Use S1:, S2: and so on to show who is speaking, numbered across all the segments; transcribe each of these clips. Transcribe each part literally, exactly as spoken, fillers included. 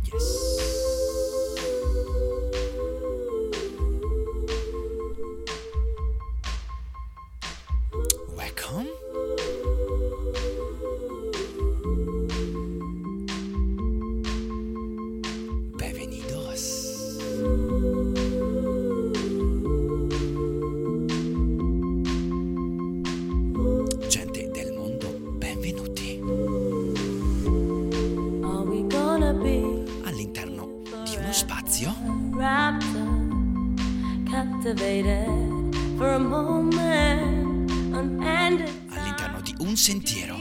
S1: Welcome. Bienvenidos. Gente del mondo, benvenuti all'interno di uno spazio all'interno di un sentiero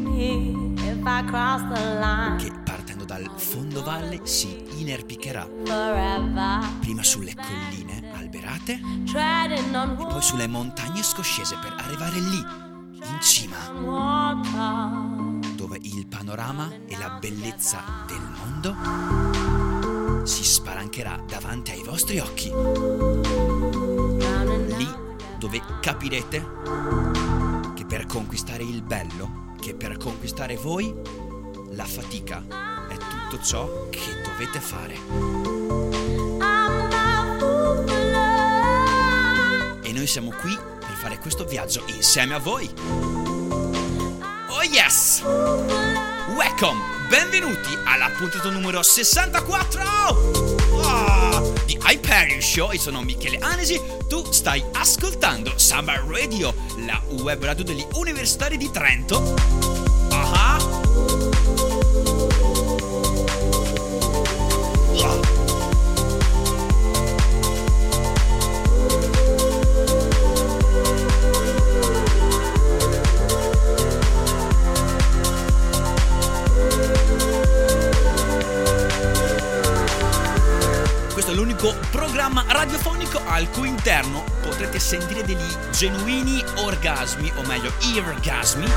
S1: che partendo dal fondovalle si inerpicherà prima sulle colline alberate e poi sulle montagne scoscese per arrivare lì in cima dove il panorama e la bellezza del mondo si spalancherà davanti ai vostri occhi, lì dove capirete che per conquistare il bello, che per conquistare voi, la fatica è tutto ciò che dovete fare. E noi siamo qui per fare questo viaggio insieme a voi. Oh yes! Welcome! Benvenuti alla puntata numero sessantaquattro oh, di Hyperion Show. Io sono Michele Anesi. Tu stai ascoltando Samba Radio, la web radio degli universitari di Trento. Ah uh-huh. Programma radiofonico al cui interno potrete sentire degli genuini orgasmi, o meglio orgasmi,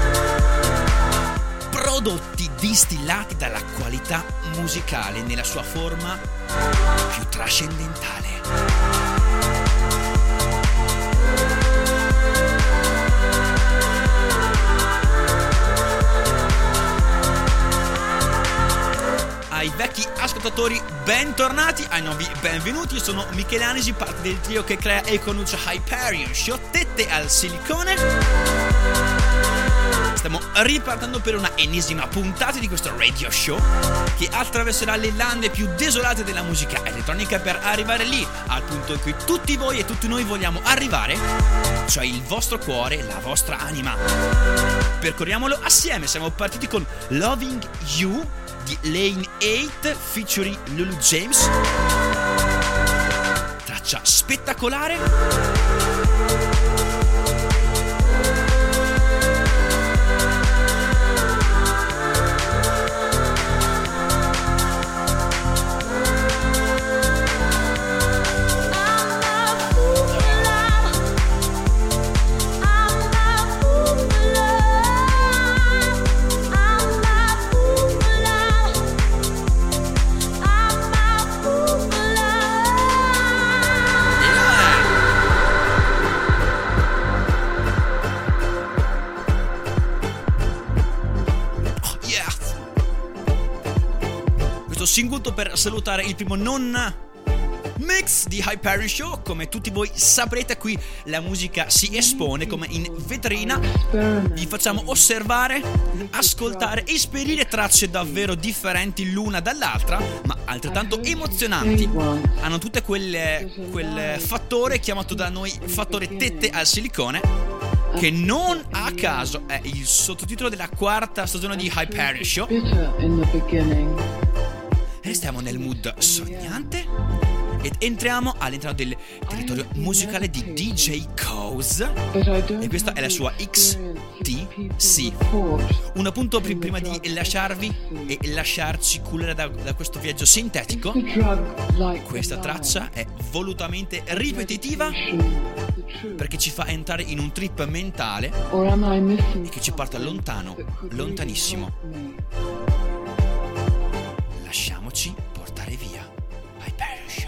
S1: prodotti distillati dalla qualità musicale nella sua forma più trascendentale. Ai vecchi ascoltatori bentornati, ai nuovi benvenuti. Io sono Michele Anesi, parte del trio che crea e conduce Hyperion Show, tette al silicone. Stiamo ripartendo per una ennesima puntata di questo radio show che attraverserà le lande più desolate della musica elettronica per arrivare lì, al punto in cui tutti voi e tutti noi vogliamo arrivare, cioè il vostro cuore, la vostra anima. Percorriamolo assieme. Siamo partiti con Loving You di Lane otto featuring Lulu James, traccia spettacolare. Singulto per salutare il primo non mix di Hyperion Show. Come tutti voi saprete, qui la musica si espone come in vetrina. Vi facciamo osservare, ascoltare e esperire tracce davvero differenti l'una dall'altra, ma altrettanto emozionanti. Hanno tutte quelle quel fattore chiamato da noi fattore tette al silicone, che non a caso è il sottotitolo della quarta stagione di Hyperion Show. Restiamo nel mood sognante ed entriamo all'interno del territorio musicale di D J Koze, e questa è la sua X T C. Un appunto pr- prima di lasciarvi e lasciarci cullare da, da questo viaggio sintetico. Questa traccia è volutamente ripetitiva perché ci fa entrare in un trip mentale e che ci porta lontano, lontanissimo. Lasciamoci portare via. Hyperion Show.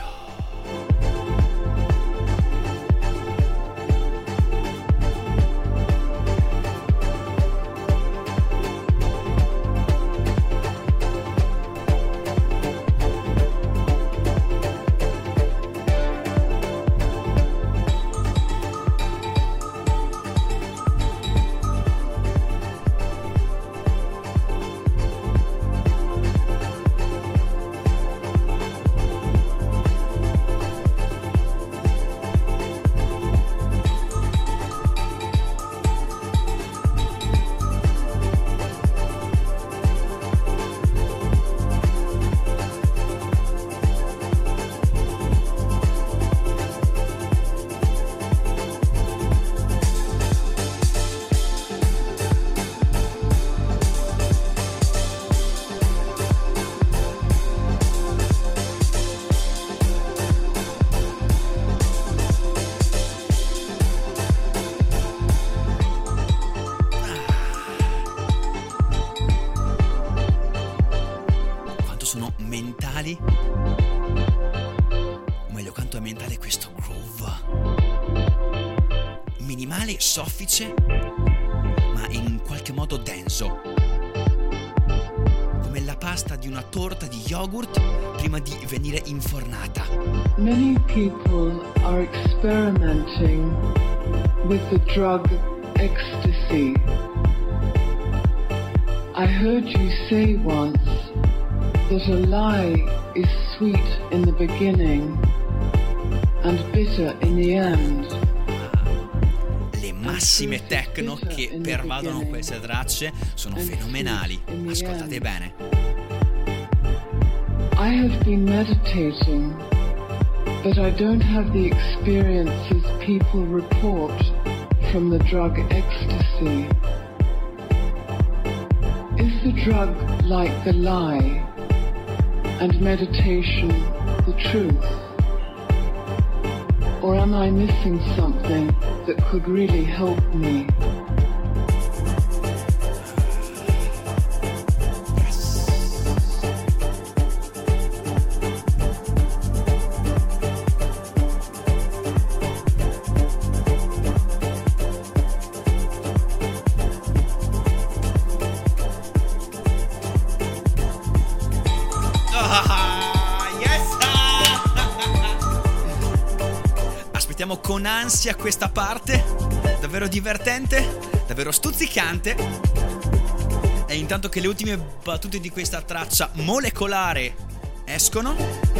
S1: sono mentali, o meglio quanto è mentale questo groove. Minimale, soffice, ma in qualche modo denso, come la pasta di una torta di yogurt prima di venire infornata.
S2: Many people are experimenting with the drug ecstasy. I heard you say once that a lie is sweet in the beginning and bitter in the end.
S1: Le massime techno che pervadono queste tracce sono fenomenali. Ascoltate bene.
S2: I have been meditating, but I don't have the experiences people report from the drug ecstasy. Is the drug like the lie, and meditation the truth? Or am I missing something that could really help me?
S1: Con ansia questa parte, davvero divertente, davvero stuzzicante. E intanto che le ultime battute di questa traccia molecolare escono,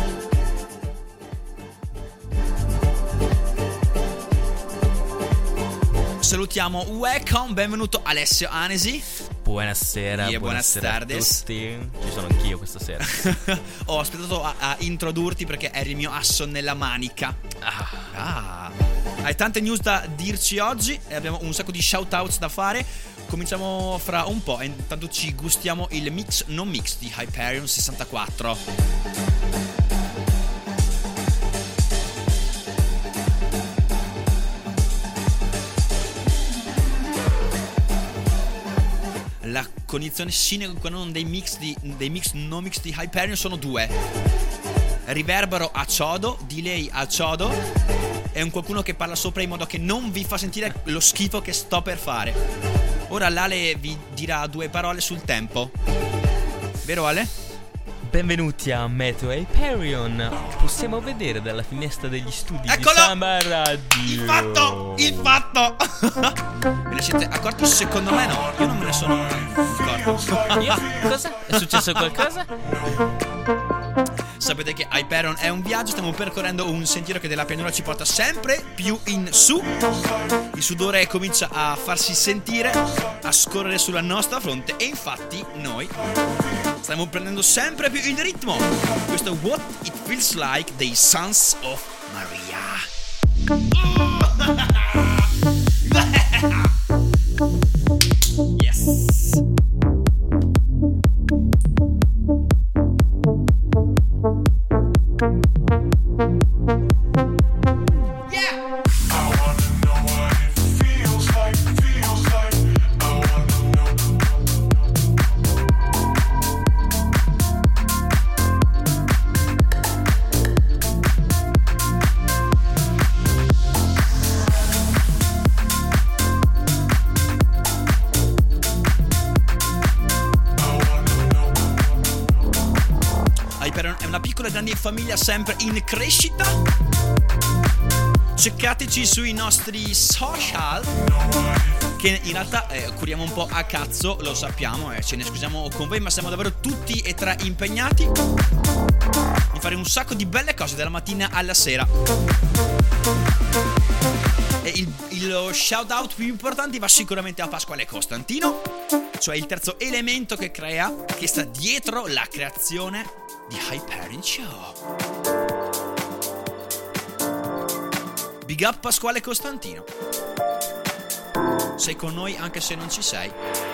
S1: salutiamo Welcome, benvenuto Alessio Anesi.
S3: Buonasera,
S1: yeah,
S3: buonasera a tutti. Ci sono anch'io questa sera.
S1: Ho aspettato a, a introdurti perché eri il mio asso nella manica. Ah. ah. Hai tante news da dirci oggi e abbiamo un sacco di shoutouts da fare. Cominciamo fra un po' e intanto ci gustiamo il mix non mix di Hyperion sessantaquattro. La condizione sine qua non dei mix di dei mix no mix di Hyperion sono due: riverbero a ciodo, delay a ciodo e un qualcuno che parla sopra in modo che non vi fa sentire lo schifo che sto per fare. Ora l'Ale vi dirà due parole sul tempo. Vero Ale?
S3: Benvenuti a Meteo Hyperion. Possiamo vedere dalla finestra degli studi
S1: Eccolo!
S3: di Samba Radio.
S1: Il fatto! Il fatto! Ve ne siete accorti? Secondo me no. Io non me ne sono accorto.
S3: Io? Cosa? È successo qualcosa?
S1: Sapete che Hyperion è un viaggio. Stiamo percorrendo un sentiero che della pianura ci porta sempre più in su. Il sudore comincia a farsi sentire, a scorrere sulla nostra fronte. E infatti noi stiamo prendendo sempre più il ritmo. Questo è What It Feels Like dei Sons of Maria. Yes. Famiglia sempre in crescita. Ceccateci sui nostri social, che in realtà eh, curiamo un po' a cazzo, lo sappiamo e eh, ce ne scusiamo con voi, ma siamo davvero tutti e tre impegnati di fare un sacco di belle cose dalla mattina alla sera. E il, il, lo shout out più importante va sicuramente a Pasquale Costantino, cioè il terzo elemento che crea, che sta dietro la creazione di Hyperion Show. Big up Pasquale Costantino. Sei con noi anche se non ci sei.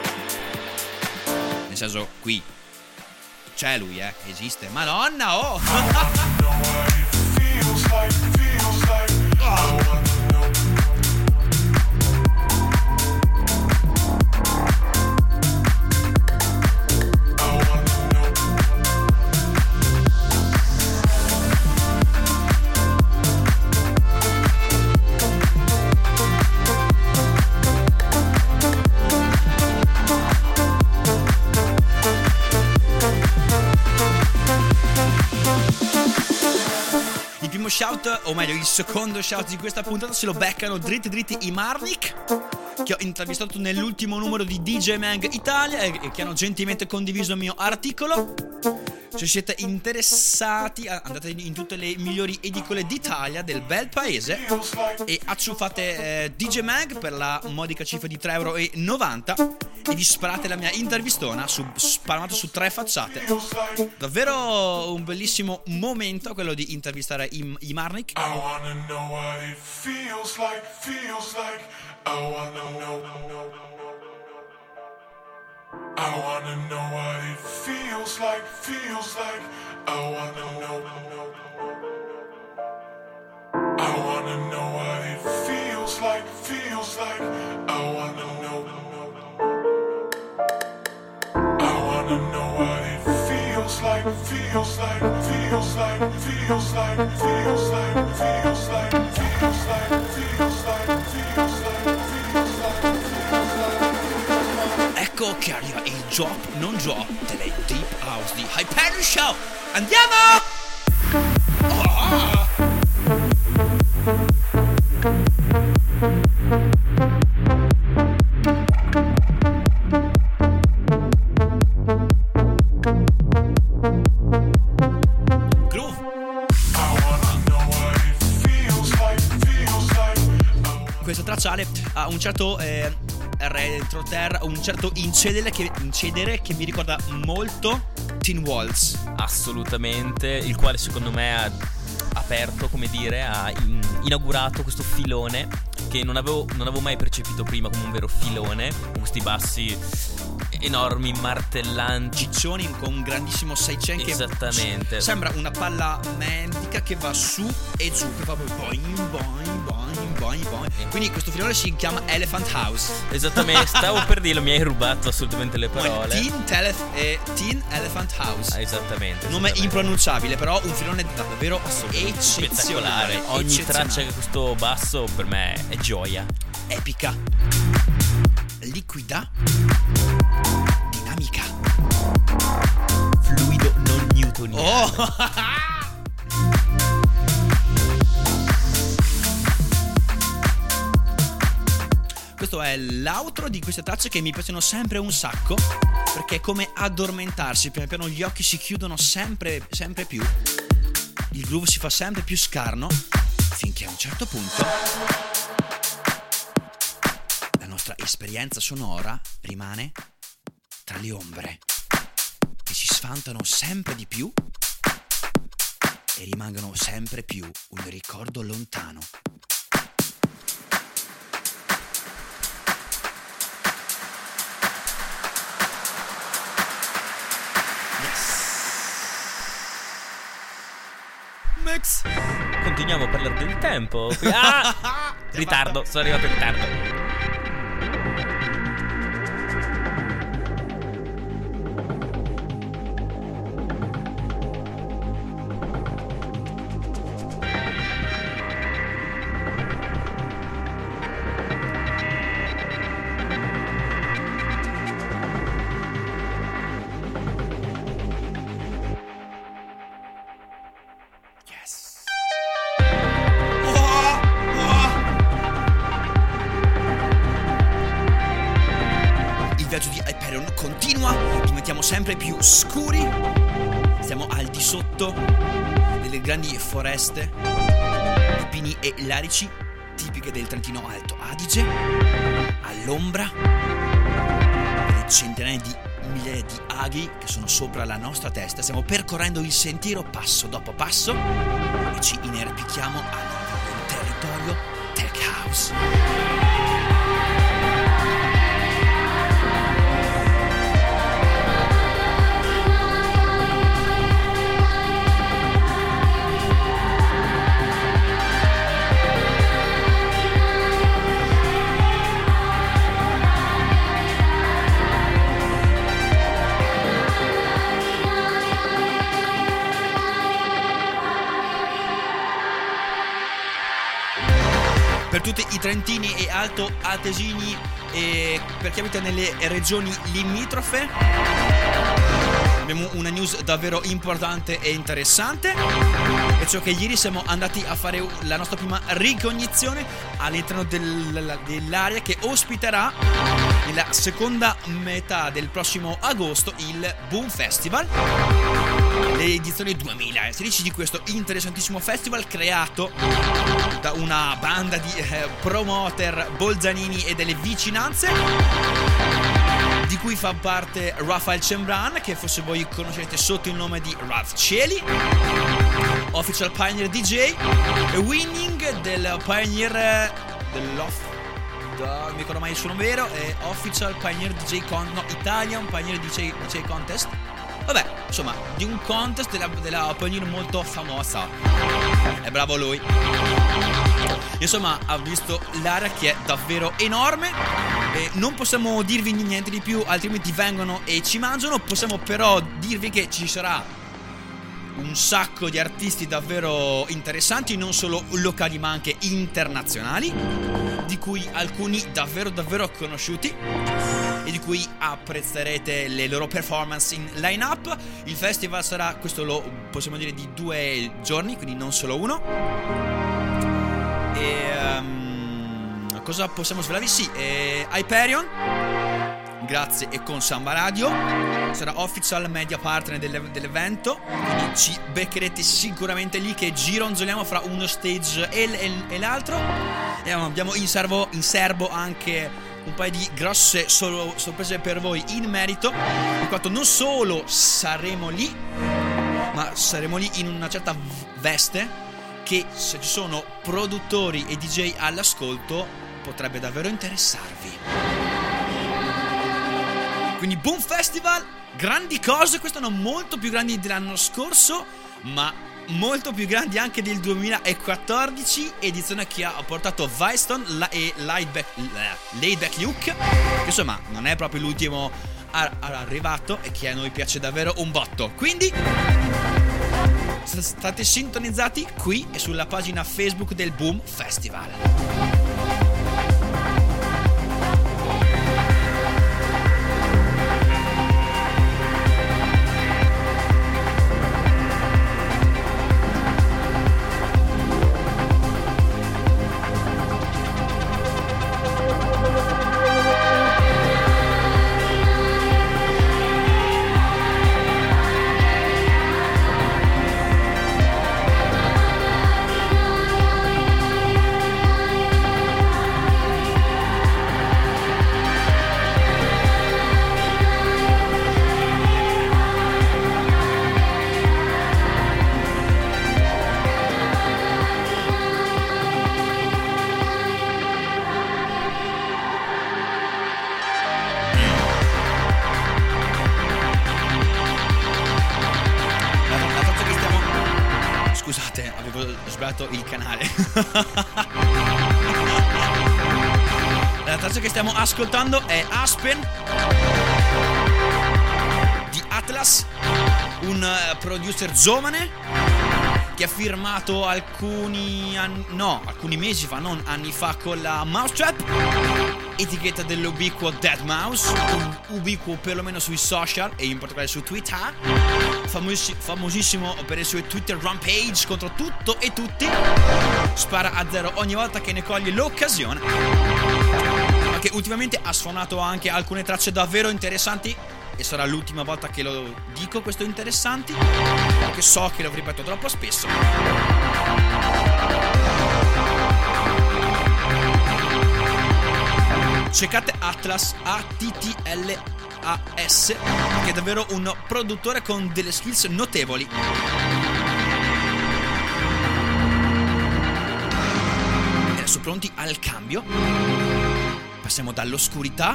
S1: Nel senso, qui c'è lui, eh, esiste. Madonna, oh! Oh! shout, o meglio il secondo shout di questa puntata se lo beccano dritti dritti i Marnik, che ho intervistato nell'ultimo numero di D J Mag Italia e che hanno gentilmente condiviso il mio articolo. Se siete interessati, andate in tutte le migliori edicole d'Italia, del bel paese, e acciuffate eh, D J Mag per la modica cifra di tre virgola novanta euro e vi sparate la mia intervistona su, spalmato su tre facciate. Davvero un bellissimo momento quello di intervistare i, i Marnik. I wanna know what it feels like, feels like. I wanna know. I wanna know what it feels like, feels like. I wanna know. I wanna know what it feels like, feels like. I wanna know. I wanna know what it feels like, feels like, feels like, feels like, feels like, feels like, feels like, feels like, feels like. Ecco che arriva il drop non drop delle Deep House di Hyperion Show. Andiamo! Oh! Groove. Questo tracciale ha un certo eh, retroterra, un certo incedere che, incedere che mi ricorda molto Teen Waltz.
S3: Assolutamente, il quale secondo me ha aperto, come dire, ha in, inaugurato questo filone che non avevo, non avevo mai percepito prima come un vero filone, con questi bassi enormi, martellanti,
S1: ciccioni con un grandissimo sidechain.
S3: Esattamente.
S1: Che sembra una palla mendica che va su e giù, che fa poi boing boing boing boing boing. Quindi questo filone si chiama Elephant House.
S3: Esattamente, stavo per dirlo, mi hai rubato assolutamente le parole.
S1: Teen, Tele- eh, Teen Elephant House.
S3: Ah, esattamente.
S1: Nome
S3: esattamente.
S1: impronunciabile, però un filone davvero
S3: spettacolare.
S1: eccezionale.
S3: Ogni
S1: eccezionale.
S3: traccia che questo basso per me è gioia.
S1: Epica, liquida, dinamica,
S3: fluido non newtoniano.
S1: oh. Questo è l'outro di queste tracce che mi piacciono sempre un sacco, perché è come addormentarsi, piano piano gli occhi si chiudono sempre, sempre più, il groove si fa sempre più scarno, finché a un certo punto la nostra esperienza sonora rimane tra le ombre che si sfantano sempre di più e rimangono sempre più un ricordo lontano. Max.
S3: Continuiamo a parlare del tempo. Ah! Ritardo, sono arrivato in ritardo.
S1: Sempre più scuri, stiamo al di sotto delle grandi foreste di pini e larici tipiche del Trentino Alto Adige, all'ombra delle centinaia di migliaia di aghi che sono sopra la nostra testa. Stiamo percorrendo il sentiero passo dopo passo e ci inerpichiamo all'interno del territorio Tech House. Per tutti i trentini e alto atesini e per chi abita nelle regioni limitrofe abbiamo una news davvero importante e interessante, e ciò che ieri siamo andati a fare la nostra prima ricognizione all'interno del, dell'area che ospiterà nella seconda metà del prossimo agosto il Boom Festival, l'edizione duemilasedici di questo interessantissimo festival creato da una banda di eh, promoter bolzanini e delle vicinanze, di cui fa parte Rafael Cembran, che forse voi conoscerete sotto il nome di Ralph Cieli, Official Pioneer D J, e Winning del Pioneer dell'Off, non mi ricordo mai il suo nome vero, è Official Pioneer D J Con, no, Italian Pioneer D J, D J Contest. Vabbè, insomma, di un contest della, della Pioneer molto famosa. È bravo lui. Insomma, ha visto l'area che è davvero enorme e non possiamo dirvi niente di più, altrimenti vengono e ci mangiano. Possiamo però dirvi che ci sarà un sacco di artisti davvero interessanti, non solo locali ma anche internazionali, di cui alcuni davvero davvero conosciuti e di cui apprezzerete le loro performance in line-up. Il festival sarà, questo lo possiamo dire, di due giorni, quindi non solo uno. E um, cosa possiamo svelarvi? Sì, eh, Hyperion, grazie e con Samba Radio, sarà official media partner delle, dell'evento, quindi ci beccherete sicuramente lì che gironzoliamo fra uno stage e, e, e l'altro. E abbiamo in serbo, in serbo anche un paio di grosse solo, sorprese per voi in merito, in quanto non solo saremo lì, ma saremo lì in una certa veste che, se ci sono produttori e D J all'ascolto, potrebbe davvero interessarvi. Quindi Boom Festival, grandi cose, quest'anno molto più grandi dell'anno scorso, ma molto più grandi anche del duemilaquattordici, edizione che ha portato Weiston e Laidback, Laidback Luke, che insomma non è proprio l'ultimo arrivato e che a noi piace davvero un botto. Quindi state sintonizzati qui e sulla pagina Facebook del Boom Festival. Il canale. La traccia che stiamo ascoltando è Aspen di Atlas, un uh, producer giovane che ha firmato alcuni anni, no, alcuni mesi fa, non anni fa, con la Mousetrap, etichetta dell'ubiquo deadmau five, un ubiquo perlomeno sui social e in particolare su Twitter, famosi, famosissimo per le sue Twitter rampage contro tutto e tutti, spara a zero ogni volta che ne coglie l'occasione, ma che ultimamente ha suonato anche alcune tracce davvero interessanti, e sarà l'ultima volta che lo dico questo interessanti, perché so che lo ripeto troppo spesso. Cercate Atlas, A T T L A S, che è davvero un produttore con delle skills notevoli. E adesso pronti al cambio. Passiamo dall'oscurità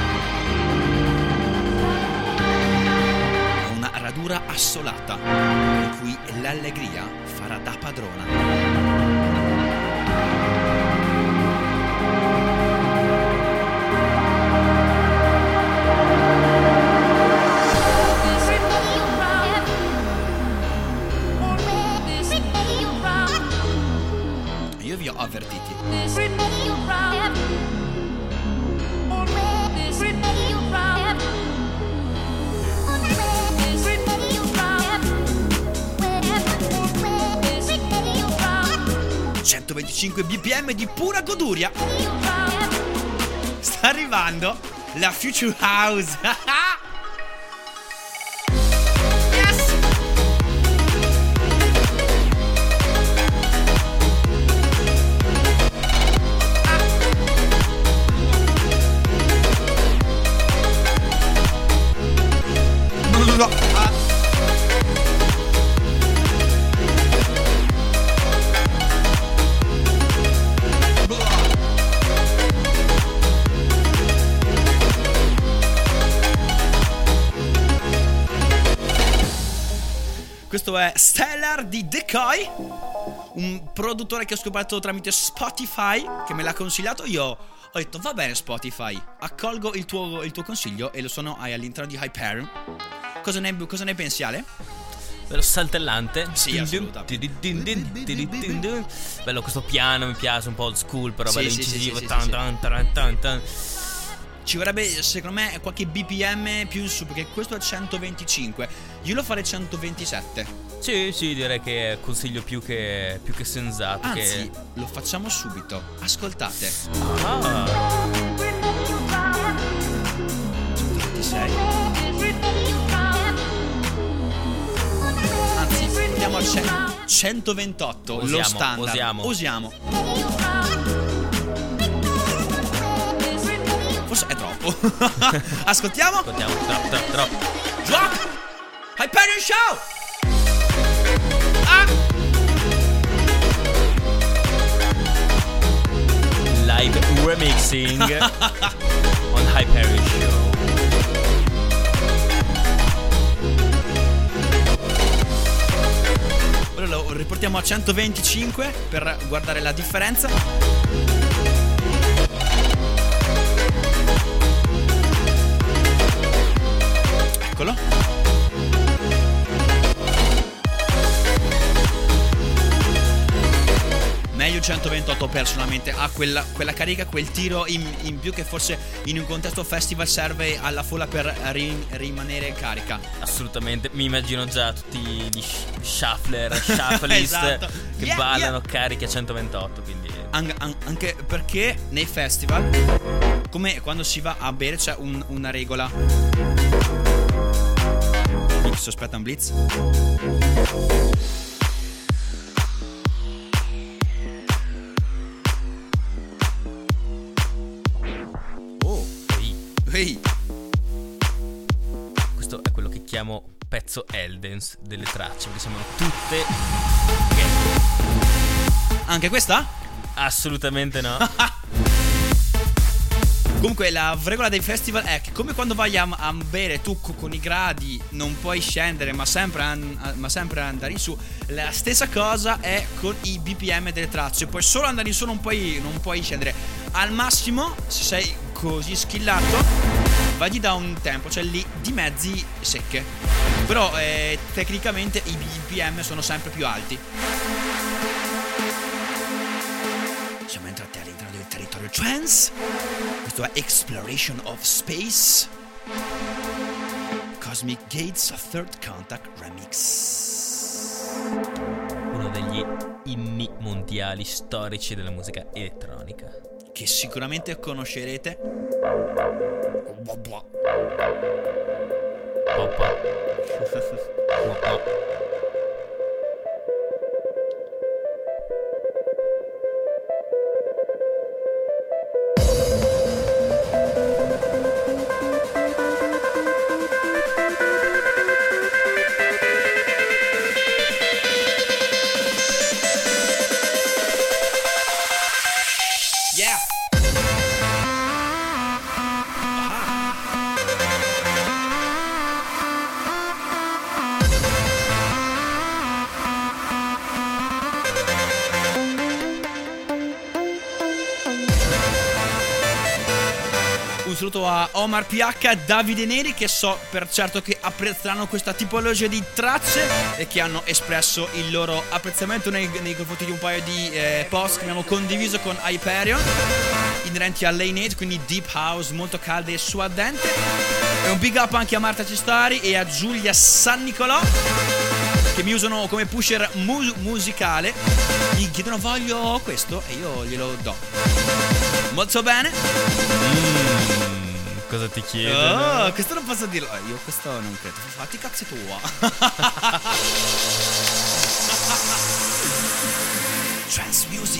S1: a una radura assolata, in cui l'allegria farà da padrona. Vi ho avvertiti. centoventicinque B P M di pura goduria. Sta arrivando la Future House. Yes! Ah. Questo è Stellar di Decoy, un produttore che ho scoperto tramite Spotify, che me l'ha consigliato. Io ho detto va bene Spotify, accolgo il tuo, il tuo consiglio e lo sono all'interno di Hyperion. Cosa ne, cosa ne pensi, Ale?
S3: Bello saltellante.
S1: Sì, assolutamente.
S3: Bello questo piano, mi piace, un po' old school, però bello
S1: sì, sì,
S3: incisivo.
S1: sì, sì,
S3: tan,
S1: sì,
S3: tan, tan, tan, tan.
S1: Ci vorrebbe secondo me qualche B P M più in su, perché questo è centoventicinque. Io lo farei centoventisette.
S3: Sì, sì, direi che è consiglio più che, più che sensato.
S1: Anzi,
S3: che...
S1: lo facciamo subito. Ascoltate.
S3: Ah.
S1: centoventisei. Anzi, andiamo a centoventotto.
S3: Osiamo,
S1: lo standard.
S3: osiamo.
S1: Osiamo. Forse è troppo. Ascoltiamo.
S3: Ascoltiamo, drop, drop, drop.
S1: Drop. Hyperion Show. Ah.
S3: Live remixing on Hyperion Show.
S1: Ora lo riportiamo a centoventicinque per guardare la differenza. Eccolo. Meglio centoventotto personalmente, ha quella, quella carica, quel tiro in, in più che forse in un contesto festival serve alla folla per ri, rimanere carica.
S3: Assolutamente, mi immagino già tutti gli shuffler, shufflist
S1: Esatto.
S3: che
S1: Yeah,
S3: ballano
S1: yeah.
S3: carichi a centoventotto, quindi...
S1: An- an- anche perché nei festival, come quando si va a bere, c'è un, una regola. Blitz, aspetta un blitz. Ehi.
S3: Questo è quello che chiamo pezzo Eldens delle tracce, perché sembrano tutte okay.
S1: Anche questa?
S3: Assolutamente no.
S1: Comunque la regola dei festival è che come quando vai a, a bere tu con i gradi non puoi scendere ma sempre, an, ma sempre andare in su. La stessa cosa è con i B P M delle tracce, puoi solo andare in su, non puoi, non puoi scendere. Al massimo, se sei così skillato, vagli da un tempo, cioè lì di mezzi secche. Però eh, tecnicamente i B P M sono sempre più alti. Siamo entrati all'interno del territorio trance. Questo è Exploration of Space, Cosmic Gates of Third Contact Remix.
S3: Uno degli inni mondiali storici della musica elettronica,
S1: che sicuramente conoscerete.
S3: Poppa.
S1: Yeah. Un saluto a Omar P H e Davide Neri, che so per certo che apprezzeranno questa tipologia di tracce e che hanno espresso il loro apprezzamento nei, nei confronti di un paio di eh, post che abbiamo condiviso con Hyperion inerenti a Lane eight, quindi deep house molto calda e suadente. E un big up anche a Marta Cestari e a Giulia San Nicolò, che mi usano come pusher mu- musicale. Mi chiedono voglio questo e io glielo do. Molto bene.
S3: Mm, cosa ti chiedono?
S1: Oh, questo non posso dirlo. Io questo non credo. Fatti cazzo tua. Trance music.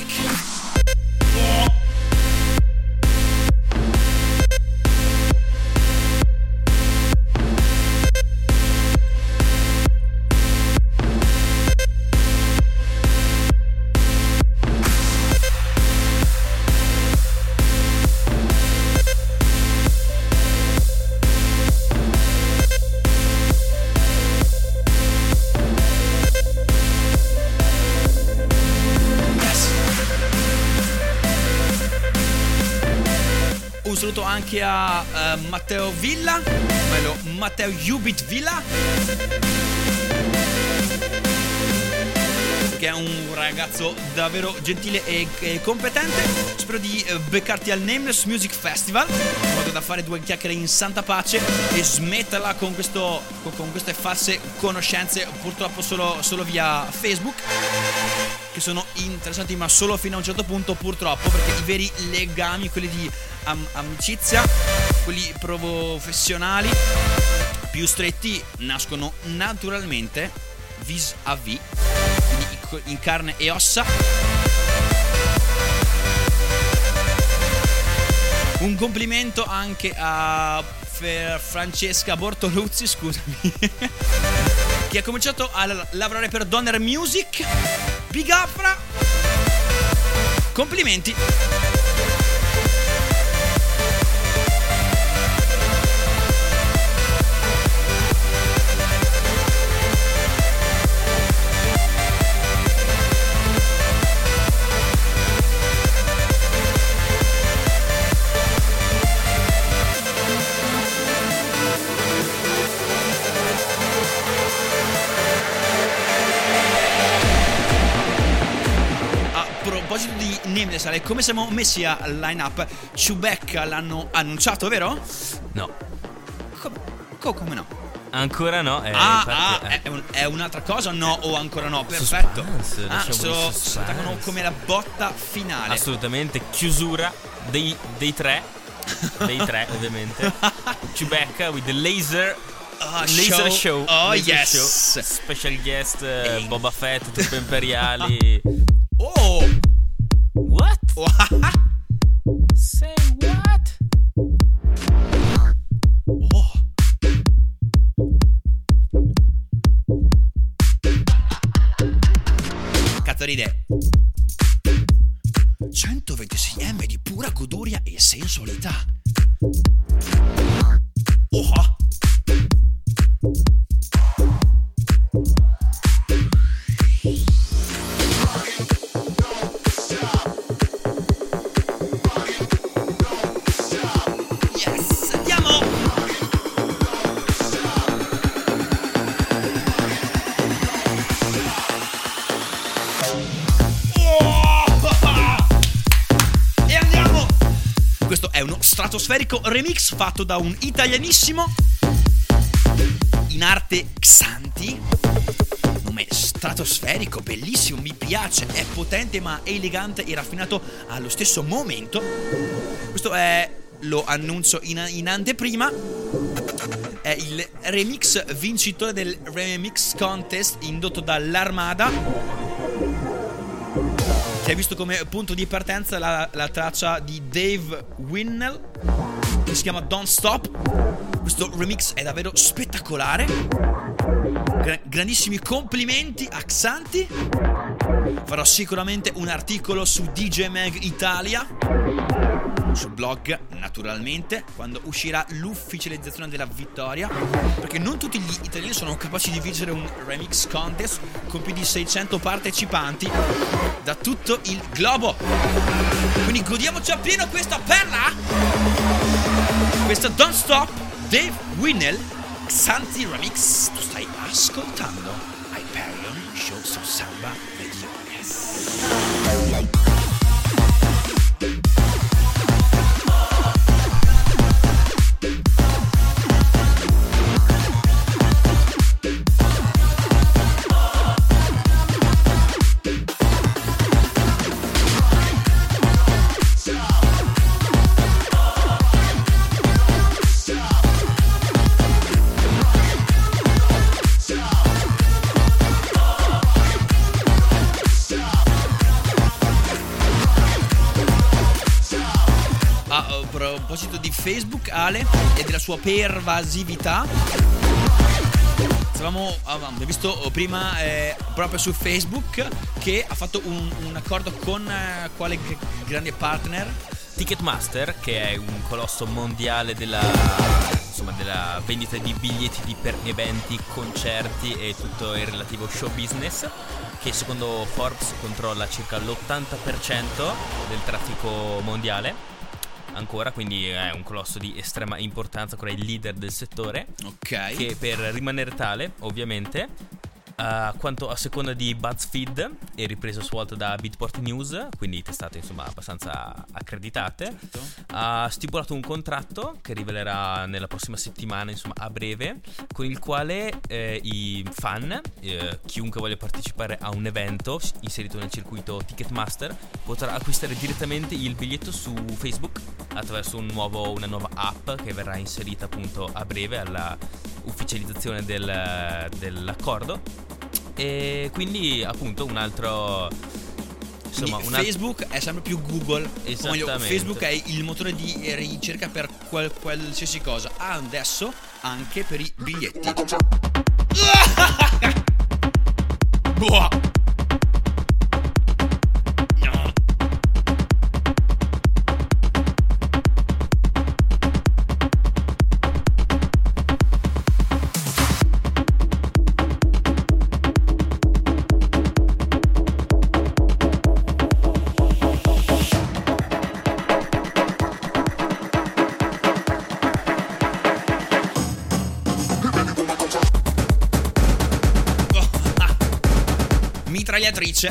S1: Un saluto anche a uh, Matteo Villa, bello Matteo Ubit Villa, che è un ragazzo davvero gentile e, e competente. Spero di uh, beccarti al Nameless Music Festival, in modo da fare due chiacchiere in santa pace e smetterla con, questo, con, con queste false conoscenze, purtroppo solo, solo via Facebook, che sono interessanti ma solo fino a un certo punto, purtroppo, perché i veri legami, quelli di am- amicizia, quelli professionali più stretti, nascono naturalmente vis-à-vis, quindi in carne e ossa. Un complimento anche a Fer- Francesca Bortoluzzi, scusami, che ha cominciato a l- lavorare per Donner Music. Big up, fra. Complimenti. A proposito di Nameless, come siamo messi a line up? Chewbacca l'hanno annunciato, vero?
S3: No.
S1: Come, co- come no?
S3: Ancora no. Eh,
S1: ah,
S3: infatti,
S1: ah
S3: eh.
S1: è, un, è un'altra cosa? No, o ancora no? Perfetto.
S3: Suspense,
S1: Ah,
S3: lasciamo
S1: so,
S3: il
S1: so
S3: suspense.
S1: attaccano come la botta finale.
S3: Assolutamente. Chiusura dei, dei tre. Dei tre, ovviamente. Chewbacca with the laser.
S1: Ah,
S3: Laser show.
S1: Oh,
S3: laser
S1: yes.
S3: show. Special guest, eh,
S1: Ehi.
S3: Boba Fett, truppe imperiali.
S1: Oh.
S3: What? Say what?
S1: Oh. Cazzo ride. centoventisei millilitri di pura goduria e sensualità. Oh. Yes, andiamo. E andiamo. Questo è uno stratosferico remix fatto da un italianissimo in arte Xanti. Nome stratosferico, bellissimo, mi piace, è potente ma elegante e raffinato allo stesso momento. Questo è, lo annuncio in, in anteprima, è il remix vincitore del Remix Contest indotto dall'Armada, che ha visto come punto di partenza la, la traccia di Dave Winnell, che si chiama Don't Stop. Questo remix è davvero spettacolare. Gra- grandissimi complimenti a Xanti. Farò sicuramente un articolo su D J Mag Italia, sul blog naturalmente, quando uscirà l'ufficializzazione della vittoria, perché non tutti gli italiani sono capaci di vincere un remix contest con più di seicento partecipanti da tutto il globo. Quindi godiamoci appieno questa perla, questa Don't Stop, Dave Winnell, Xanti Remix. Tu stai ascoltando Hyperion Show su Samba Radio. Yes. Facebook, Ale, e della sua pervasività. Stavamo, avevamo visto prima eh, proprio su Facebook che ha fatto un, un accordo con eh, quale g- grande partner?
S3: Ticketmaster, che è un colosso mondiale della, insomma, della vendita di biglietti di per eventi, concerti e tutto il relativo show business, che secondo Forbes controlla circa l'ottanta per cento del traffico mondiale. Ancora, quindi è un colosso di estrema importanza, ancora il leader del settore.
S1: Ok.
S3: Che per rimanere tale, ovviamente, a uh, quanto a seconda di BuzzFeed e ripreso su volta da Beatport News, quindi testate insomma abbastanza accreditate,
S1: certo,
S3: ha stipulato un contratto che rivelerà nella prossima settimana, insomma a breve, con il quale eh, i fan, eh, chiunque voglia partecipare a un evento inserito nel circuito Ticketmaster, potrà acquistare direttamente il biglietto su Facebook attraverso un nuovo, una nuova app che verrà inserita appunto a breve alla ufficializzazione del, dell'accordo. E quindi appunto un altro, insomma, un
S1: Facebook altro... è sempre più Google. O meglio, Facebook è il motore di ricerca per qual- qualsiasi cosa. Adesso anche per i biglietti. Boh. Mitragliatrice.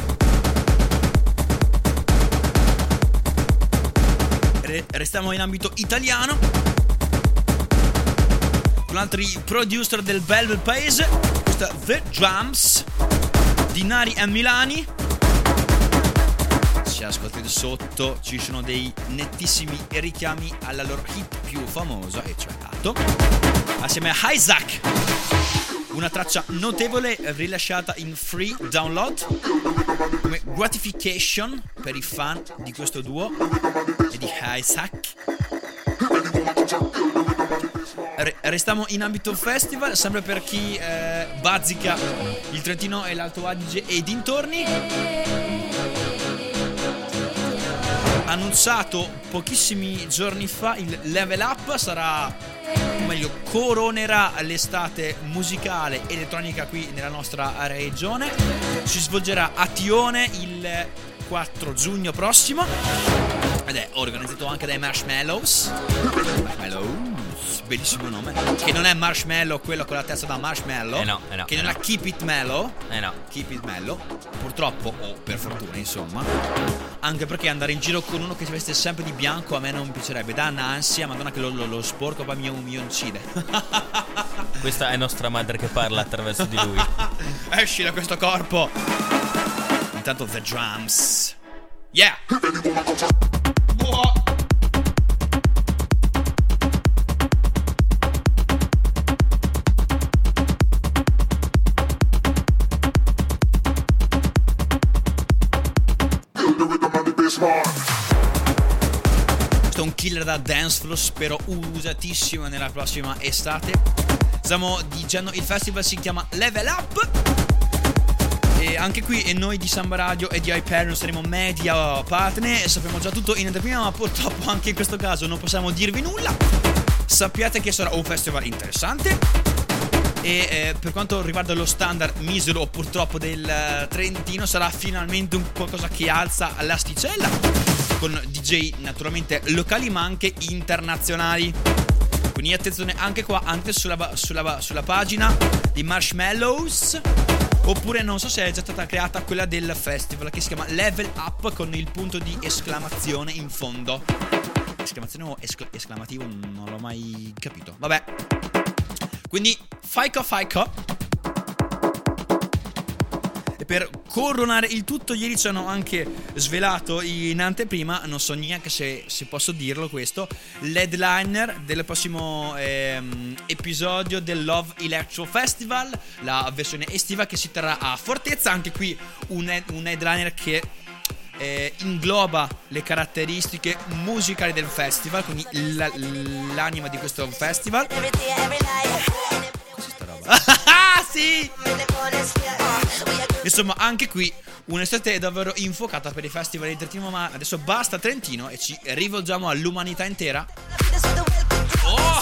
S1: Re- restiamo in ambito italiano con altri producer del bel bel paese. Questa The Drums di Nari e Milani. Se ascoltate sotto ci sono dei nettissimi richiami alla loro hit più famosa, e cioè Lato, assieme a Isaac. Una traccia notevole rilasciata in free download come gratification per i fan di questo duo e di Isaac. Re- restiamo in ambito festival, sempre per chi eh, bazzica il Trentino e l'Alto Adige e i dintorni. Annunciato pochissimi giorni fa, il Level Up sarà, o meglio, coronerà l'estate musicale elettronica qui nella nostra regione. Si svolgerà a Tione il quattro giugno prossimo ed è organizzato anche dai Marshmallows. Marshmallows, bellissimo nome. Che non è Marshmallow quello con la testa da marshmallow,
S3: eh no, eh no,
S1: che
S3: eh
S1: non
S3: no.
S1: è Keep It Mellow.
S3: Eh no.
S1: Keep It Mellow, purtroppo, o per fortuna insomma. Anche perché andare in giro con uno che si veste sempre di bianco a me non piacerebbe. Da un'ansia, madonna, che lo, lo, lo sporco poi mi, mi uccide.
S3: Questa è nostra madre che parla attraverso di lui.
S1: Esci da questo corpo. Intanto The Drums. Yeah. Boh. Questo è un killer da dance floor, spero usatissimo nella prossima estate. Stiamo dicendo, il festival si chiama Level Up e anche qui e noi di Samba Radio e di Hyperion saremo media partner e sappiamo già tutto in anteprima, ma purtroppo anche in questo caso non possiamo dirvi nulla. Sappiate che sarà un festival interessante e eh, per quanto riguarda lo standard misero purtroppo del uh, Trentino, sarà finalmente un qualcosa che alza l'asticella, con D J naturalmente locali ma anche internazionali. Quindi attenzione anche qua, anche sulla, sulla, sulla pagina di Marshmallows, oppure non so se è già stata creata quella del festival che si chiama Level Up con il punto di esclamazione in fondo. Esclamazione o escl- esclamativo non l'ho mai capito. Vabbè. Quindi faico faico. E per coronare il tutto, ieri ci hanno anche svelato in anteprima, non so neanche se, se posso dirlo questo, l'headliner del prossimo ehm, episodio del Love Electro Festival, la versione estiva che si terrà a Fortezza. Anche qui un, un headliner che eh, ingloba le caratteristiche musicali del festival, quindi la, l'anima di questo festival. Cos'è sta roba? Ah, sì! Insomma, anche qui un'estate davvero infuocata per i festival di Trentino, ma adesso basta Trentino e ci rivolgiamo all'umanità intera. Oh!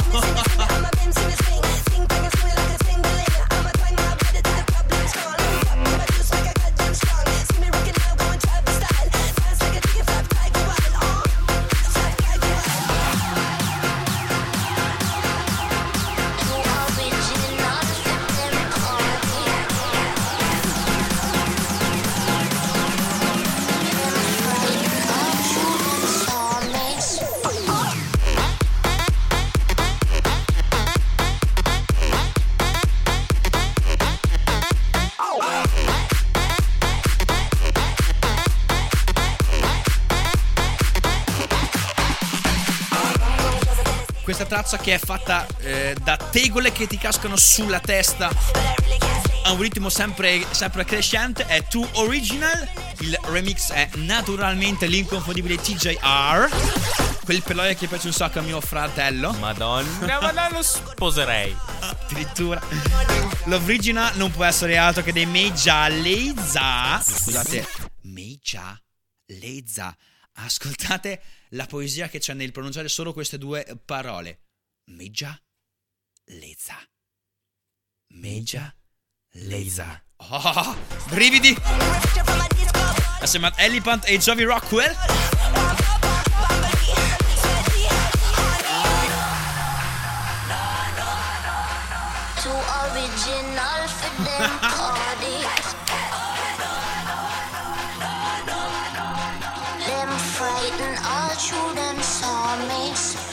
S1: Questa traccia che è fatta eh, da tegole che ti cascano sulla testa a un ritmo sempre, sempre crescente, è Too Original. Il remix è naturalmente l'inconfondibile T J R, quel pelone che piace un sacco a mio fratello.
S3: Madonna, ma non lo sposerei.
S1: Addirittura l'original non può essere altro che dei Meja Leza. Scusate, Meja Leza. Ascoltate la poesia che c'è nel pronunciare solo queste due parole. Meja Leza. Meja Leza. Oh, brividi. Assieme ad Elephant e Jovi Rockwell.
S4: Too original for them party. Them frighten all children saw me.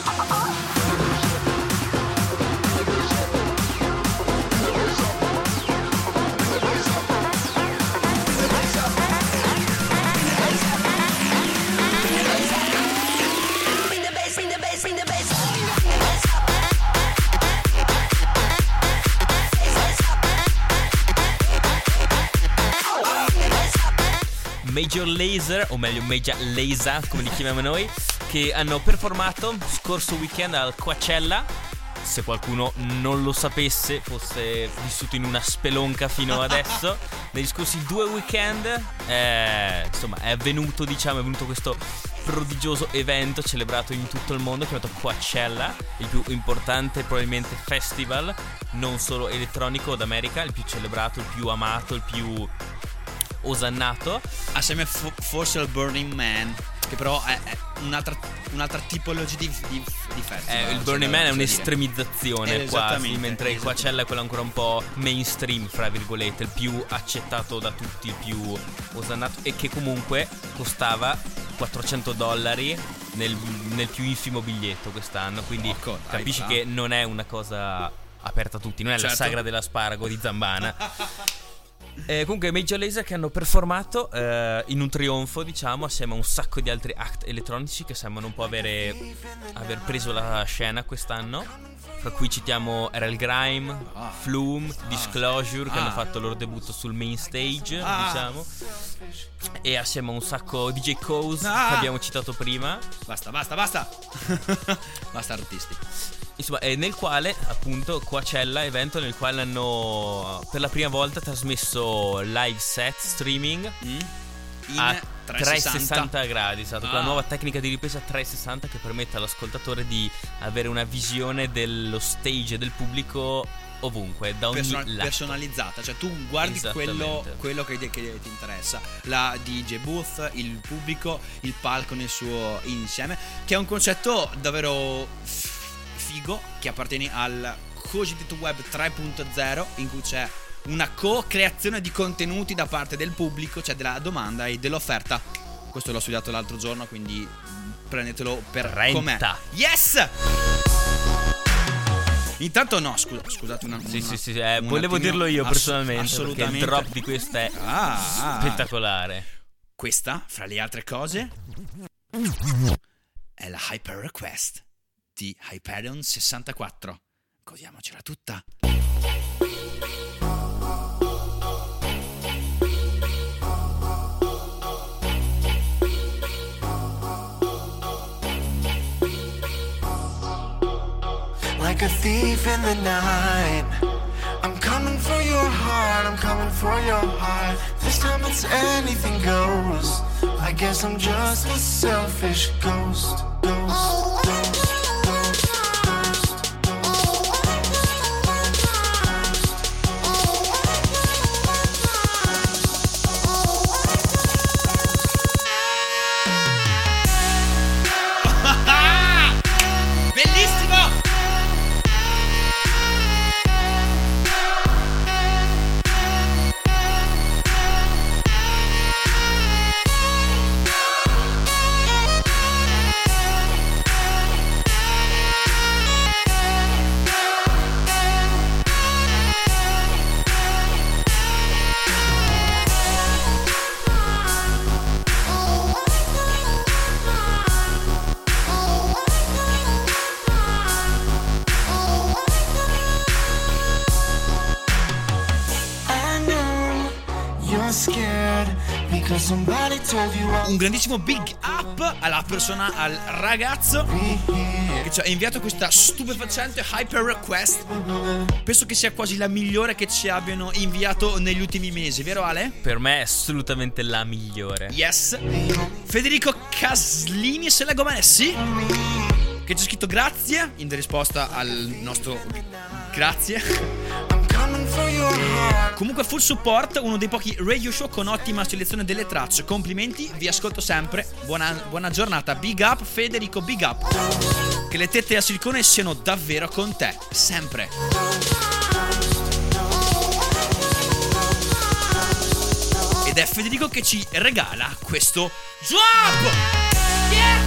S3: Major Lazer, o meglio Meja Leza come li chiamiamo noi, che hanno performato scorso weekend al Coachella. Se qualcuno non lo sapesse, fosse vissuto in una spelonca fino adesso, negli scorsi due weekend eh, insomma è avvenuto, diciamo, è venuto questo prodigioso evento celebrato in tutto il mondo chiamato Coachella, il più importante probabilmente festival non solo elettronico d'America, il più celebrato, il più amato, il più osannato,
S1: assieme fo- forse al Burning Man, che però è, è un'altra, un'altra tipologia di, di, di festival.
S3: Eh, il Burning Man è un'estremizzazione quasi, mentre il Coachella è quello ancora un po' mainstream, fra virgolette, il più accettato da tutti, il più osannato, e che comunque costava quattrocento dollari nel, nel più infimo biglietto quest'anno, quindi
S1: Ecco,
S3: capisci
S1: dai,
S3: che non è una cosa aperta a tutti, non è
S1: certo.
S3: La sagra dell'asparago di Zambana. Eh, comunque Major Lazer che hanno performato eh, in un trionfo, diciamo, assieme a un sacco di altri act elettronici che sembrano un po' avere aver preso la scena quest'anno, fra cui citiamo R L Grime,
S1: ah.
S3: Flume, ah. Disclosure che
S1: ah.
S3: hanno fatto il loro debutto sul main stage,
S1: ah.
S3: diciamo, e assieme a un sacco D J Coase
S1: ah.
S3: che abbiamo citato prima.
S1: Basta, basta, basta. Basta artisti.
S3: Insomma, eh, nel quale appunto Coachella, evento nel quale hanno per la prima volta trasmesso live set streaming
S1: mm. in
S3: a
S1: trecentosessanta
S3: trecentosessanta gradi, esatto,
S1: ah.
S3: con la nuova tecnica di ripresa trecentosessanta che permette all'ascoltatore di avere una visione dello stage e del pubblico ovunque, da ogni
S1: Person-
S3: lato.
S1: personalizzata, cioè tu guardi quello, quello che, che ti interessa, la D J booth, il pubblico, il palco nel suo insieme, che è un concetto davvero f- figo che appartiene al cosiddetto web tre punto zero, in cui c'è una co-creazione di contenuti da parte del pubblico, cioè della domanda e dell'offerta. Questo l'ho studiato l'altro giorno, quindi prendetelo per com'è. Yes! Intanto no, scusa, scusate una,
S3: Sì,
S1: una,
S3: sì, sì, eh,
S1: un
S3: volevo
S1: attimo,
S3: dirlo io
S1: ass-
S3: personalmente,
S1: assolutamente.
S3: perché il drop di questa è
S1: ah, ah.
S3: spettacolare.
S1: Questa, fra le altre cose, è la Hyper Request di Hyperion sessantaquattro. Godiamocela tutta.
S5: thief in the night. I'm coming for your heart, I'm coming for your heart. This time it's anything goes. I guess I'm just a selfish ghost, ghost, ghost.
S1: Un grandissimo big up alla persona, al ragazzo che ci ha inviato questa stupefacente hyper request. Penso che sia quasi la migliore che ci abbiano inviato negli ultimi mesi, vero Ale?
S3: Per me è assolutamente la migliore.
S1: Yes. Federico Caslini, se leggo bene, sì, che ci ha scritto grazie in risposta al nostro grazie. Comunque full support, uno dei pochi radio show con ottima selezione delle tracce. Complimenti, vi ascolto sempre. Buona, buona giornata. Big up Federico, big up. Che le tette a silicone siano davvero con te, sempre. Ed è Federico che ci regala questo drop. Yeah!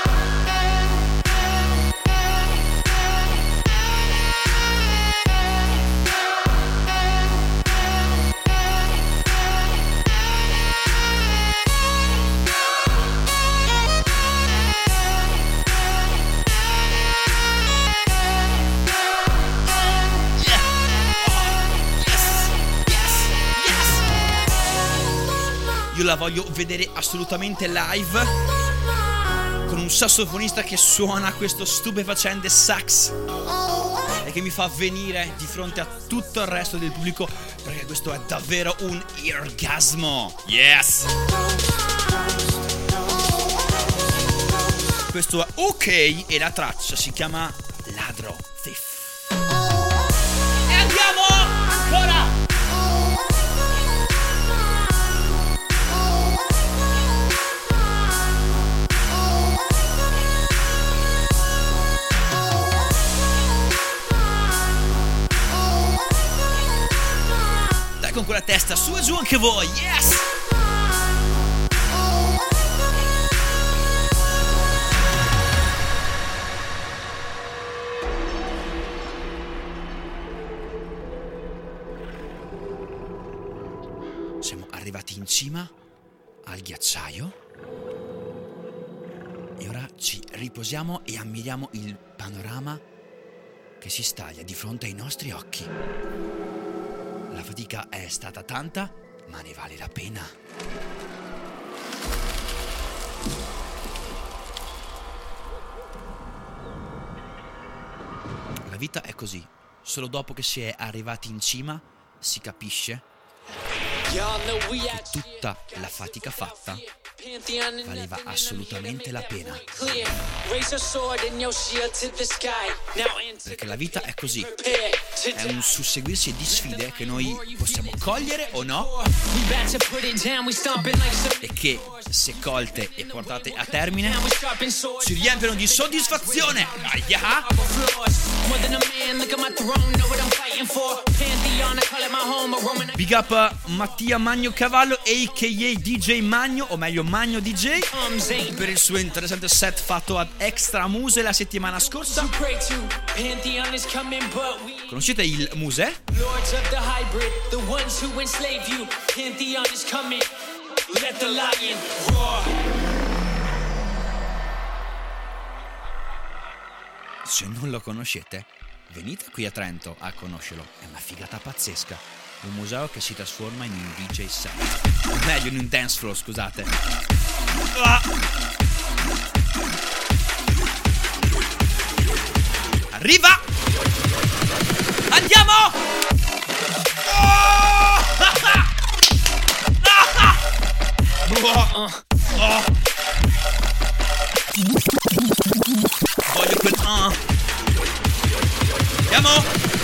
S1: Io la voglio vedere assolutamente live, con un sassofonista che suona questo stupefacente sax e che mi fa venire di fronte a tutto il resto del pubblico, perché questo è davvero un orgasmo. Yes! Questo è ok e la traccia si chiama Ladro Thief. E andiamo ancora! Con quella testa su e giù anche voi, yes! Siamo arrivati in cima al ghiacciaio e ora ci riposiamo e ammiriamo il panorama che si staglia di fronte ai nostri occhi. La fatica è stata tanta, ma ne vale la pena. La vita è così. Solo dopo che si è arrivati in cima si capisce che tutta la fatica fatta valeva assolutamente la pena. Perché la vita è così. È un susseguirsi di sfide che noi possiamo cogliere o no, e che, se colte e portate a termine, ci riempiono di soddisfazione. Aia! Big up Mattia Magno Cavallo, a k a. D J Magno, o meglio Magno D J, per il suo interessante set fatto ad Extra Muse la settimana scorsa. Conoscete il Muse? Se non lo conoscete, venite qui a Trento a conoscerlo. È una figata pazzesca. Un museo che si trasforma in un D J set. O meglio, in un dance floor, scusate. Ah! arriva. Andiamo. Oh! Oh! Oh! Voglio quel uh. Andiamo.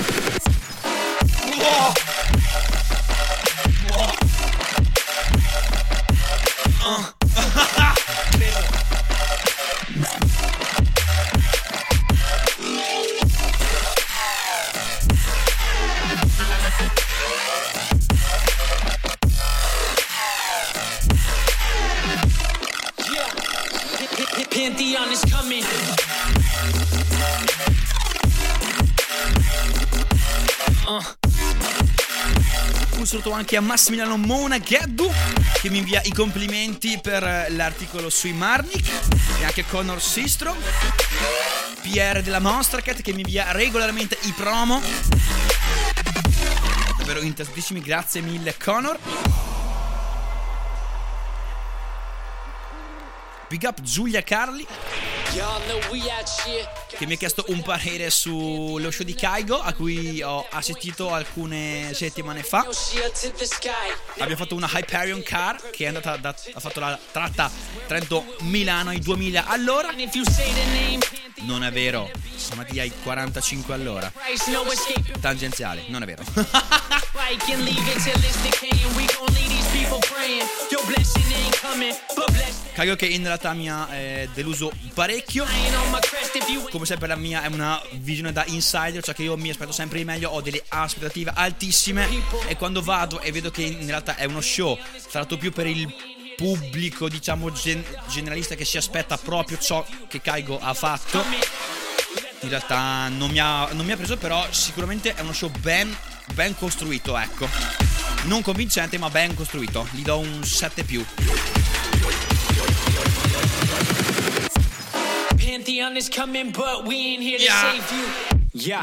S1: Oh! Oh! Oh!
S6: Pantheon is coming.
S1: Uh. Un saluto anche a Massimiliano Monagheddu che mi invia i complimenti per l'articolo sui Marnik, e anche Connor Sistro, Pierre della Monstercat che mi invia regolarmente i promo. Davvero interessantissimi, grazie mille Connor. Big up Giulia Carli che mi ha chiesto un parere sullo show di Kygo a cui ho assistito alcune settimane fa. Abbiamo fatto una Hyperion Car che è andata da, ha fatto la tratta Trento-Milano ai duemila all'ora. Non è vero, siamo andati ai quarantacinque all'ora. Tangenziale, non è vero. Kygo che in realtà mi ha eh, deluso parecchio. Come sempre la mia è una visione da insider, cioè che io mi aspetto sempre di meglio, ho delle aspettative altissime e quando vado e vedo che in realtà è uno show tratto più per il pubblico, diciamo gen- generalista, che si aspetta proprio ciò che Kygo ha fatto, in realtà non mi ha, non mi ha preso, però sicuramente è uno show ben, ben costruito, ecco. Non convincente ma ben costruito, gli do un sette più.
S6: Pantheon is coming, but we ain't here to
S1: Yeah.
S6: save you. Yeah.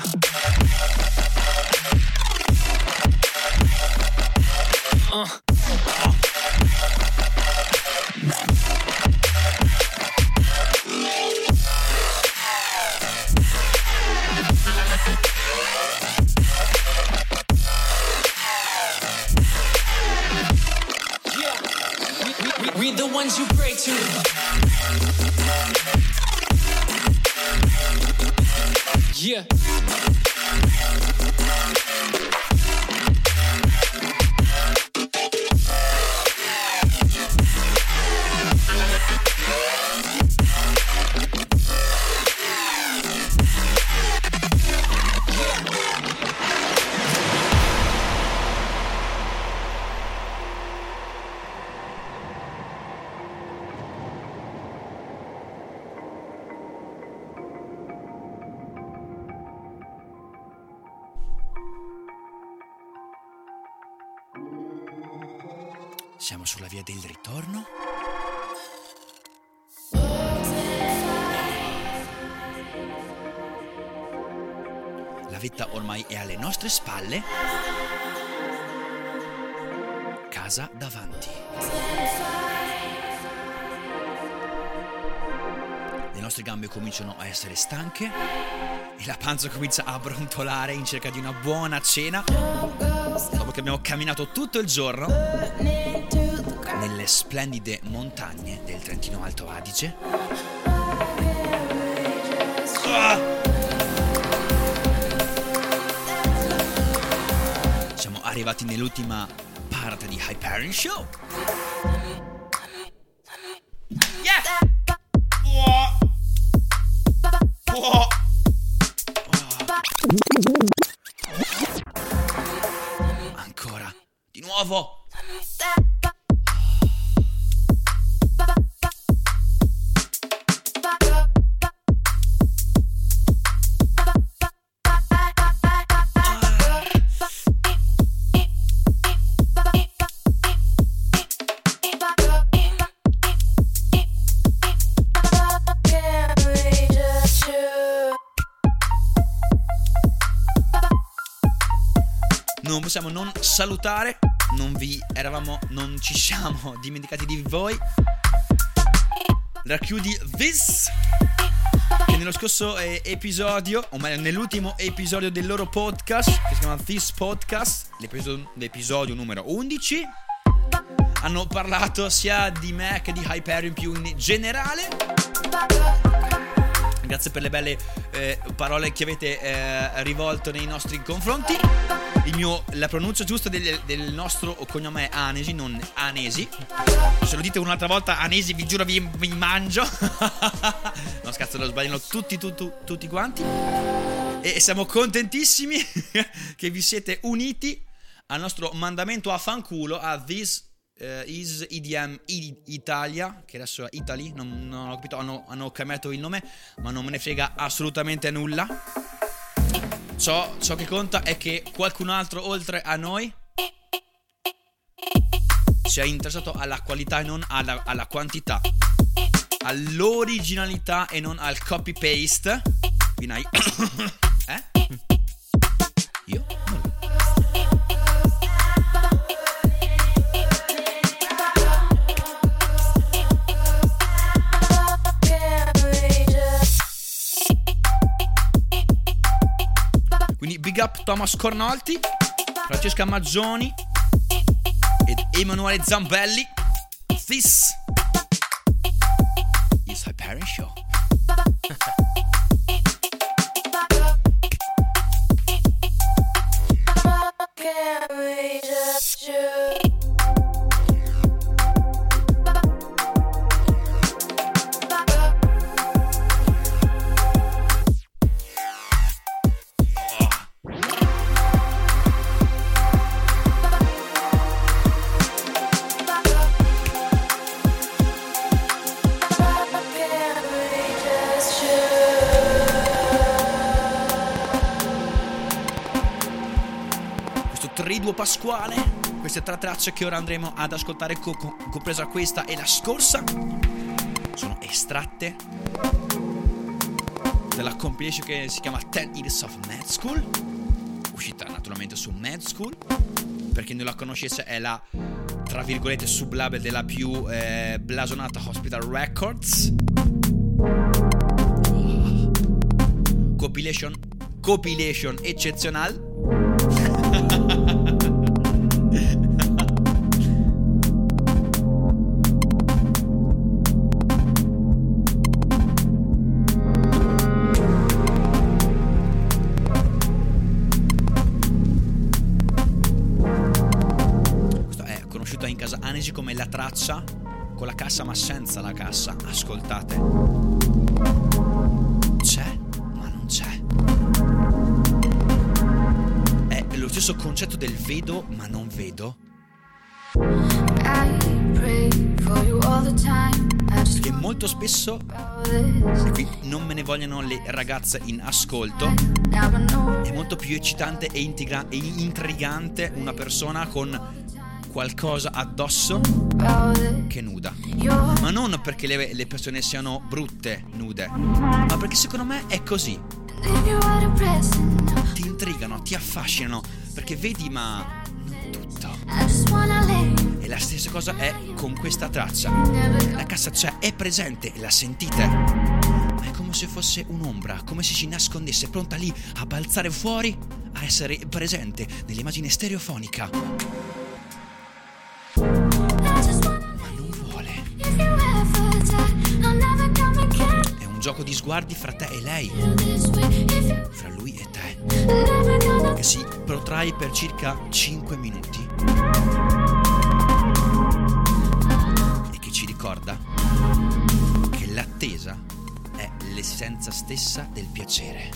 S6: Uh. Yeah. We, we, we, we're the ones you pray to. Yeah.
S1: Siamo sulla via del ritorno. La vetta ormai è alle nostre spalle. Casa davanti. Le nostre gambe cominciano a essere stanche e la panza comincia a brontolare in cerca di una buona cena dopo che abbiamo camminato tutto il giorno nelle splendide montagne del Trentino Alto Adige. Ah! Siamo arrivati nell'ultima parte di Hyperion Show. Yeah! Oh! Oh! Oh! Ancora, di nuovo. Non possiamo non salutare, non vi eravamo, non ci siamo dimenticati di voi. Racchiudi This, che nello scorso eh, episodio, o meglio nell'ultimo episodio del loro podcast, che si chiama This Podcast, l'episodio, l'episodio numero undici, hanno parlato sia di me che di Hyperion più in generale. Grazie per le belle eh, parole che avete eh, rivolto nei nostri confronti. Il mio, la pronuncia giusta del, del nostro cognome è Anesi, non Anesi. Se lo dite un'altra volta Anesi, vi giuro vi, vi mangio. No scherzo, lo sbagliano tutti, tu, tu, tutti quanti. E siamo contentissimi che vi siete uniti al nostro mandamento a fanculo, a This Uh, is E D M Italia, che adesso è Italy, non, non ho capito, hanno, hanno cambiato il nome, ma non me ne frega assolutamente nulla. Ciò, ciò che conta è che qualcun altro oltre a noi sia interessato alla qualità e non alla, alla quantità, all'originalità e non al copy paste. Vinai. Eh? Io? Non. Quindi big up Thomas Cornolti, Francesca Maggioni ed Emanuele Zambelli. This is Hyperion Show. Triduo Pasquale, queste tre tracce che ora andremo ad ascoltare, co- co- compresa questa e la scorsa, sono estratte dalla compilation che si chiama ten Years of Med School, uscita naturalmente su Med School. Per chi non la conoscesse, è la, tra virgolette, sublabel della più eh, blasonata Hospital Records. Compilation, compilation eccezionale. Questa è conosciuta in casa Anesi come la traccia con la cassa ma senza la cassa. Ascoltate. C'è ma non c'è. Lo stesso concetto del vedo ma non vedo, che molto spesso, e qui non me ne vogliono le ragazze in ascolto, è molto più eccitante e, integra- e intrigante una persona con qualcosa addosso che nuda. Ma non perché le, le persone siano brutte nude, ma perché secondo me è così. Ti intrigano, ti affascinano, perché vedi ma non tutto. E la stessa cosa è con questa traccia. La cassa c'è, è presente, la sentite, ma è come se fosse un'ombra, come se si nascondesse, pronta lì a balzare fuori, a essere presente nell'immagine stereofonica, ma non vuole. È un gioco di sguardi fra te e lei, fra lui e te, che si protrae per circa cinque minuti e che ci ricorda che l'attesa è l'essenza stessa del piacere.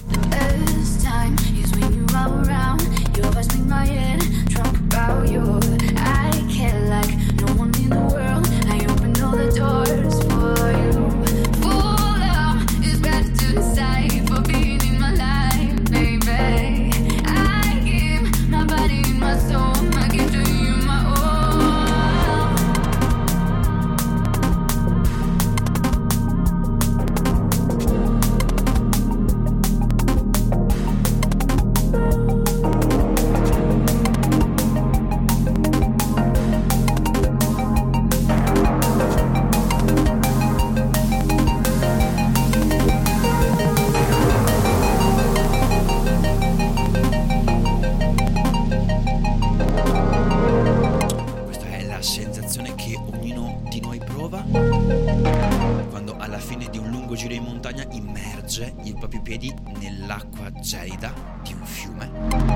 S1: immerge i propri piedi nell'acqua gelida di un fiume,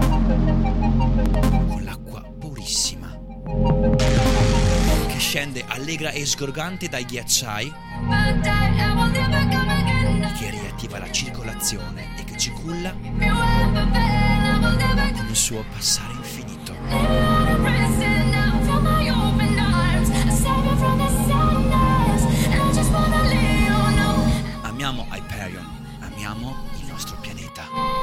S1: con l'acqua purissima che scende allegra e sgorgante dai ghiacciai, che riattiva la circolazione e che ci culla con il suo passare infinito. Amiamo Hyperion, amiamo il nostro pianeta.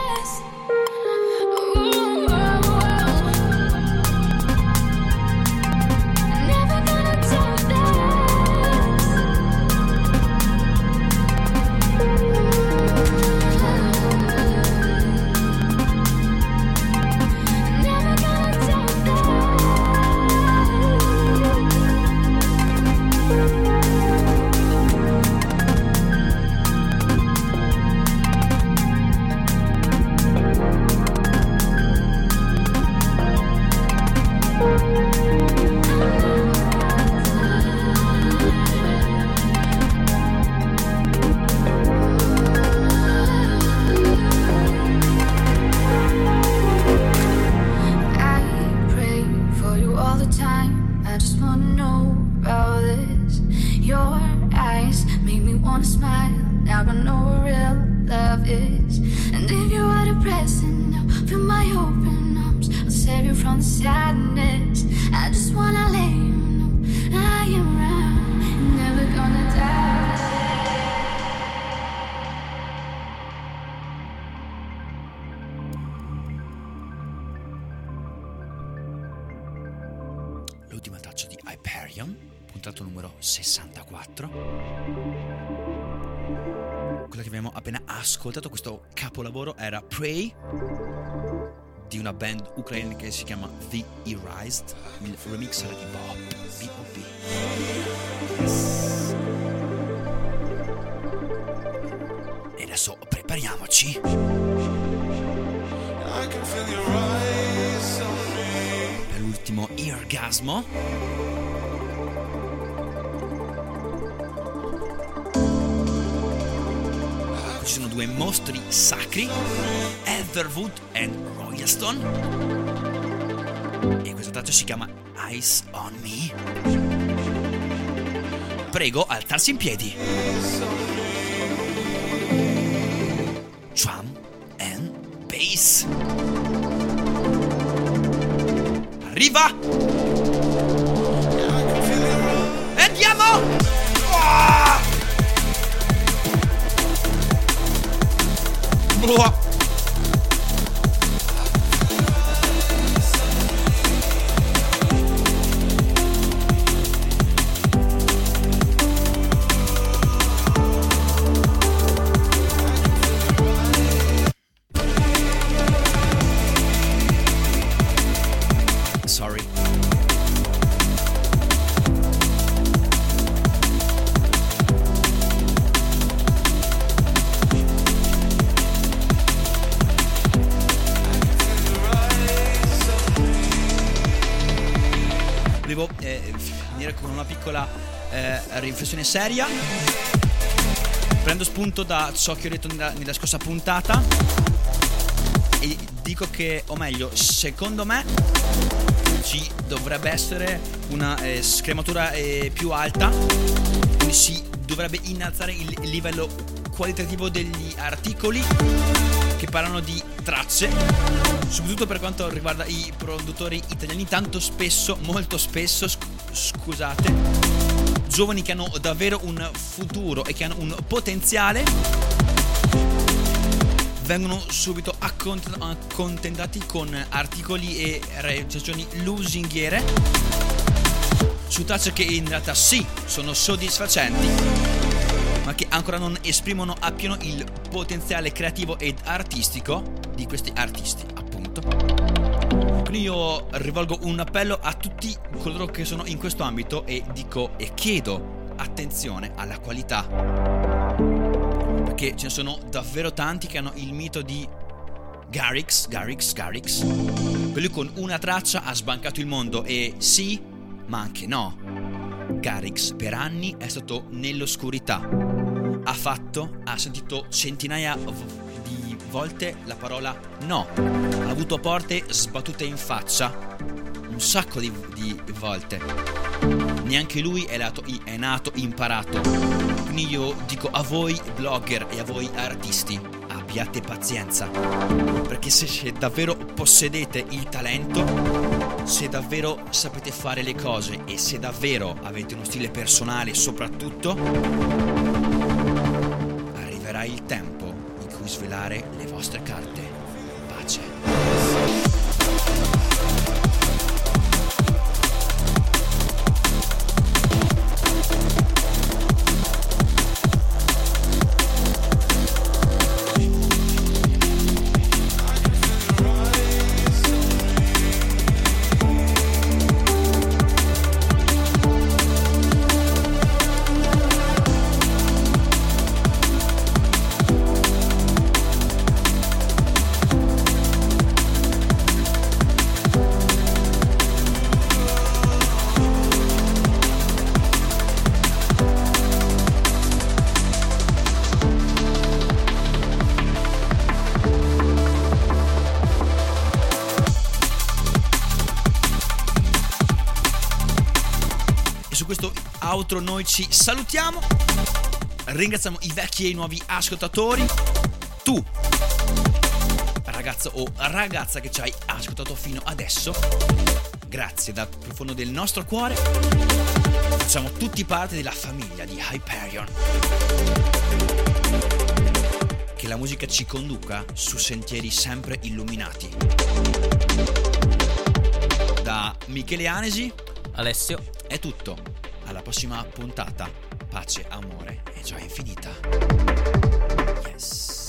S1: L'ultima traccia di Hyperion, puntato numero sessantaquattro. Quella che abbiamo appena ascoltato, questo capolavoro, era Prey di una band ucraina che si chiama The Erased. Il remix era di Bob B O B. Yes. E adesso prepariamoci per l'ultimo Eargasmo. Ci sono due mostri sacri, Etherwood e Royalstone, e questa traccia si chiama Eyes on Me. Prego alzarsi in piedi. Drum and bass. Arriva! E andiamo! Oh! Boah. Sorry. Volevo eh, finire con una piccola eh, riflessione seria. Prendo spunto da ciò che ho detto nella, nella scorsa puntata e dico che, o meglio, secondo me ci dovrebbe essere una eh, scrematura eh, più alta, quindi si dovrebbe innalzare il livello qualitativo degli articoli che parlano di tracce, soprattutto per quanto riguarda i produttori italiani. Tanto spesso, molto spesso, sc- scusate, giovani che hanno davvero un futuro e che hanno un potenziale vengono subito accont- accontentati con articoli e recensioni lusinghiere su tracce che in realtà sì, sono soddisfacenti, ma che ancora non esprimono appieno il potenziale creativo ed artistico di questi artisti, appunto. Quindi io rivolgo un appello a tutti coloro che sono in questo ambito e dico e chiedo attenzione alla qualità, perché ce ne sono davvero tanti che hanno il mito di Garrix, Garrix, Garrix, quello con una traccia ha sbancato il mondo, e sì, ma anche no. Garrix per anni è stato nell'oscurità, ha fatto, ha sentito centinaia di volte la parola no, ha avuto porte sbattute in faccia un sacco di, di volte. Neanche lui è nato, è nato imparato. Quindi io dico a voi blogger e a voi artisti, abbiate pazienza, perché se, se davvero possedete il talento, se davvero sapete fare le cose e se davvero avete uno stile personale soprattutto, arriverà il tempo in cui svelare le vostre carte. Pace. Su questo outro noi ci salutiamo, ringraziamo i vecchi e i nuovi ascoltatori. Tu, ragazzo o ragazza che ci hai ascoltato fino adesso, grazie dal profondo del nostro cuore. Facciamo tutti parte della famiglia di Hyperion. Che la musica ci conduca su sentieri sempre illuminati. Da Michele Anesi,
S3: Alessio,
S1: è tutto. Alla prossima puntata. Pace, amore e gioia infinita. Yes.